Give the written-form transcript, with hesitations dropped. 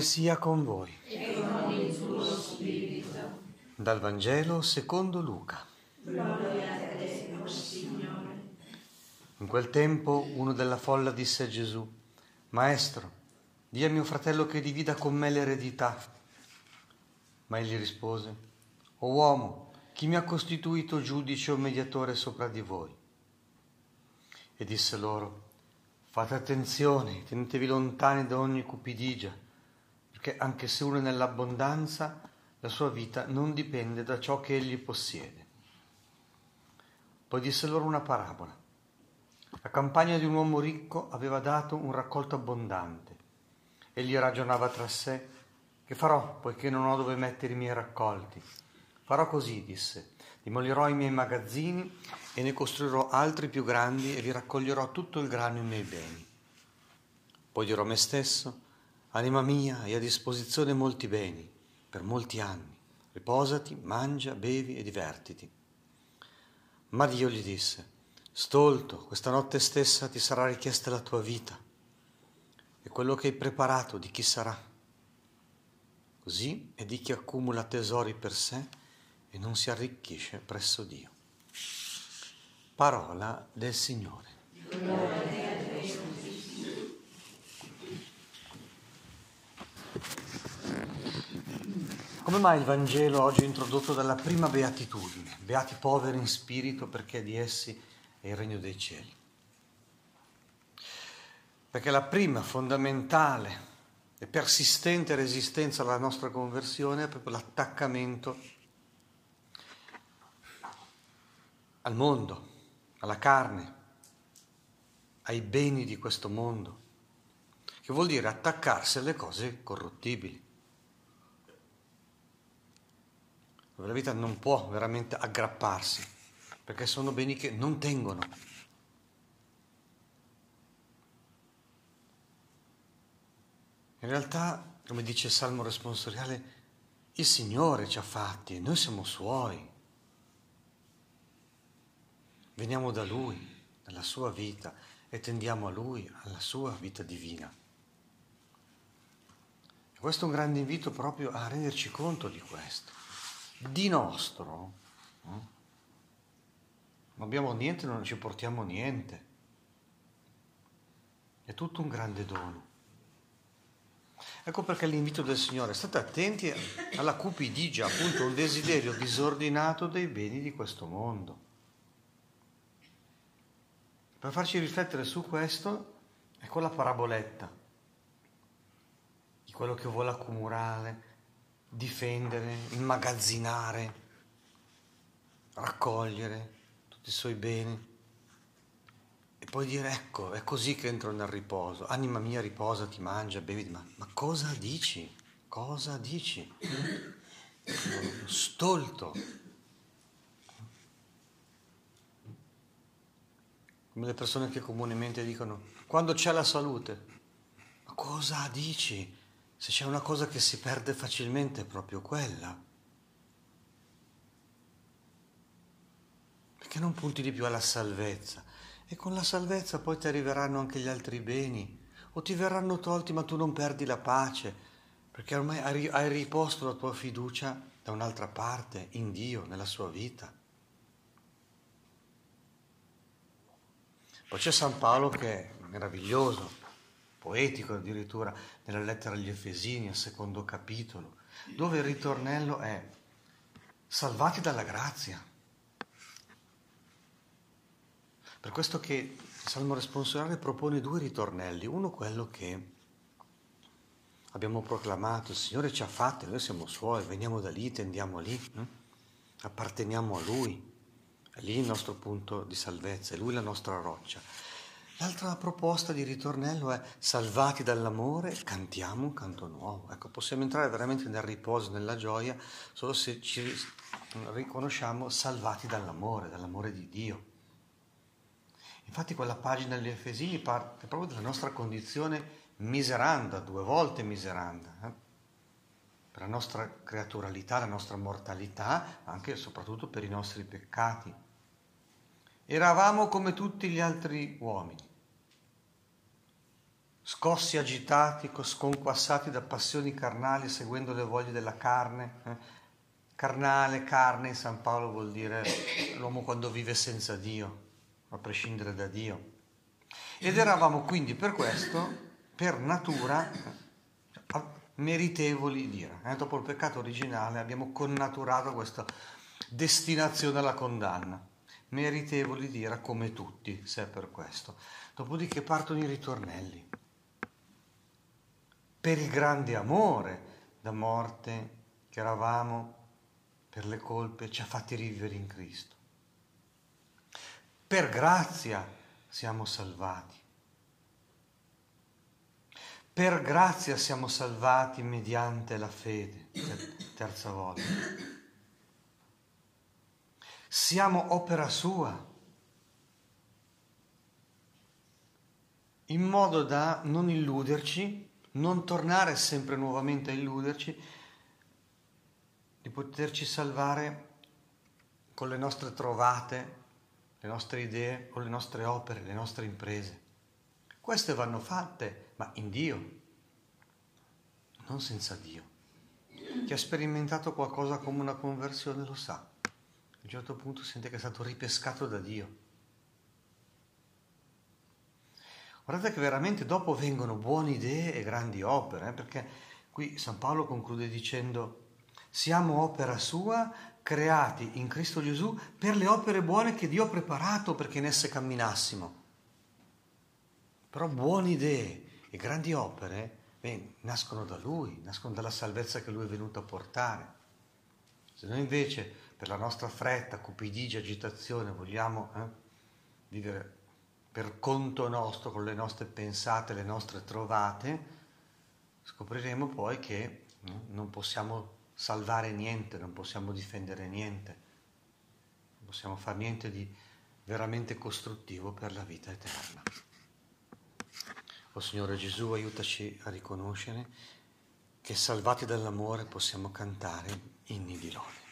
Sia con voi. E con il tuo spirito. Dal Vangelo secondo Luca. Gloria a te, o Signore. In quel tempo uno della folla disse a Gesù: Maestro, di a mio fratello che divida con me l'eredità. Ma egli rispose: O uomo, chi mi ha costituito giudice o mediatore sopra di voi? E disse loro: Fate attenzione, tenetevi lontani da ogni cupidigia, perché anche se uno è nell'abbondanza, la sua vita non dipende da ciò che egli possiede. Poi disse loro una parabola. La campagna di un uomo ricco aveva dato un raccolto abbondante. Egli ragionava tra sé: che farò, poiché non ho dove mettere i miei raccolti? Farò così, disse, demolirò i miei magazzini e ne costruirò altri più grandi e vi raccoglierò tutto il grano e i miei beni. Poi dirò a me stesso: anima mia, hai a disposizione molti beni per molti anni, riposati, mangia, bevi e divertiti. Ma Dio gli disse: stolto, questa notte stessa ti sarà richiesta la tua vita, e quello che hai preparato di chi sarà? Così è di chi accumula tesori per sé e non si arricchisce presso Dio. Parola del Signore. Come mai il Vangelo oggi è introdotto dalla prima beatitudine? Beati poveri in spirito, perché di essi è il regno dei cieli. Perché la prima fondamentale e persistente resistenza alla nostra conversione è proprio l'attaccamento al mondo, alla carne, ai beni di questo mondo, che vuol dire attaccarsi alle cose corruttibili. La vita non può veramente aggrapparsi, perché sono beni che non tengono. In realtà, come dice il Salmo responsoriale, il Signore ci ha fatti e noi siamo Suoi. Veniamo da Lui, dalla Sua vita, e tendiamo a Lui, alla Sua vita divina. E questo è un grande invito proprio a renderci conto di questo. Di nostro non abbiamo niente, non ci portiamo niente. È tutto un grande dono. Ecco perché l'invito del Signore: state attenti alla cupidigia, appunto un desiderio disordinato dei beni di questo mondo. Per farci riflettere su questo, ecco la paraboletta di quello che vuole accumulare, difendere, immagazzinare, raccogliere tutti i suoi beni e poi dire: ecco, è così che entro nel riposo. Anima mia, riposati, mangia, bevi. Ma cosa dici? Cosa dici? Stolto. Come le persone che comunemente dicono: quando c'è la salute. Ma cosa dici? Se c'è una cosa che si perde facilmente è proprio quella. Perché non punti di più alla salvezza? E con la salvezza poi ti arriveranno anche gli altri beni, o ti verranno tolti, ma tu non perdi la pace, perché ormai hai riposto la tua fiducia da un'altra parte, in Dio, nella sua vita. Poi c'è San Paolo che è meraviglioso, poetico addirittura, nella lettera agli Efesini, al 2° capitolo, dove il ritornello è: salvati dalla grazia. Per questo che il Salmo responsoriale propone 2 ritornelli, uno quello che abbiamo proclamato: il Signore ci ha fatti, noi siamo Suoi, veniamo da lì, tendiamo lì, apparteniamo a Lui, è lì il nostro punto di salvezza, è Lui la nostra roccia. L'altra proposta di ritornello è: salvati dall'amore, cantiamo un canto nuovo. Ecco, possiamo entrare veramente nel riposo, nella gioia, solo se ci riconosciamo salvati dall'amore di Dio. Infatti quella pagina degli Efesini parte proprio dalla nostra condizione miseranda, 2 volte miseranda, per la nostra creaturalità, la nostra mortalità, ma anche e soprattutto per i nostri peccati. Eravamo come tutti gli altri uomini. scossi, agitati, sconquassati da passioni carnali, seguendo le voglie della carne. Carnale, carne, in San Paolo vuol dire l'uomo quando vive senza Dio, a prescindere da Dio. Ed eravamo quindi per questo, per natura, meritevoli di ira. Dopo il peccato originale abbiamo connaturato questa destinazione alla condanna. Meritevoli di ira come tutti, se è per questo. Dopodiché partono i ritornelli. Per il grande amore da morte che eravamo, per le colpe, ci ha fatti rivivere in Cristo. Per grazia siamo salvati. Per grazia siamo salvati mediante la fede, terza volta. Siamo opera sua, in modo da non illuderci, non tornare sempre nuovamente a illuderci, di poterci salvare con le nostre trovate, le nostre idee, con le nostre opere, le nostre imprese. Queste vanno fatte, ma in Dio, non senza Dio. Chi ha sperimentato qualcosa come una conversione lo sa. A un certo punto sente che è stato ripescato da Dio. Guardate che veramente dopo vengono buone idee e grandi opere, perché qui San Paolo conclude dicendo: siamo opera sua, creati in Cristo Gesù per le opere buone che Dio ha preparato perché in esse camminassimo. Però buone idee e grandi opere nascono da Lui, nascono dalla salvezza che Lui è venuto a portare. Se noi invece per la nostra fretta, cupidigia, agitazione vogliamo vivere per conto nostro, con le nostre pensate, le nostre trovate, scopriremo poi che non possiamo salvare niente, non possiamo difendere niente, non possiamo fare niente di veramente costruttivo per la vita eterna. O Signore Gesù, aiutaci a riconoscere che salvati dall'amore possiamo cantare inni di lode.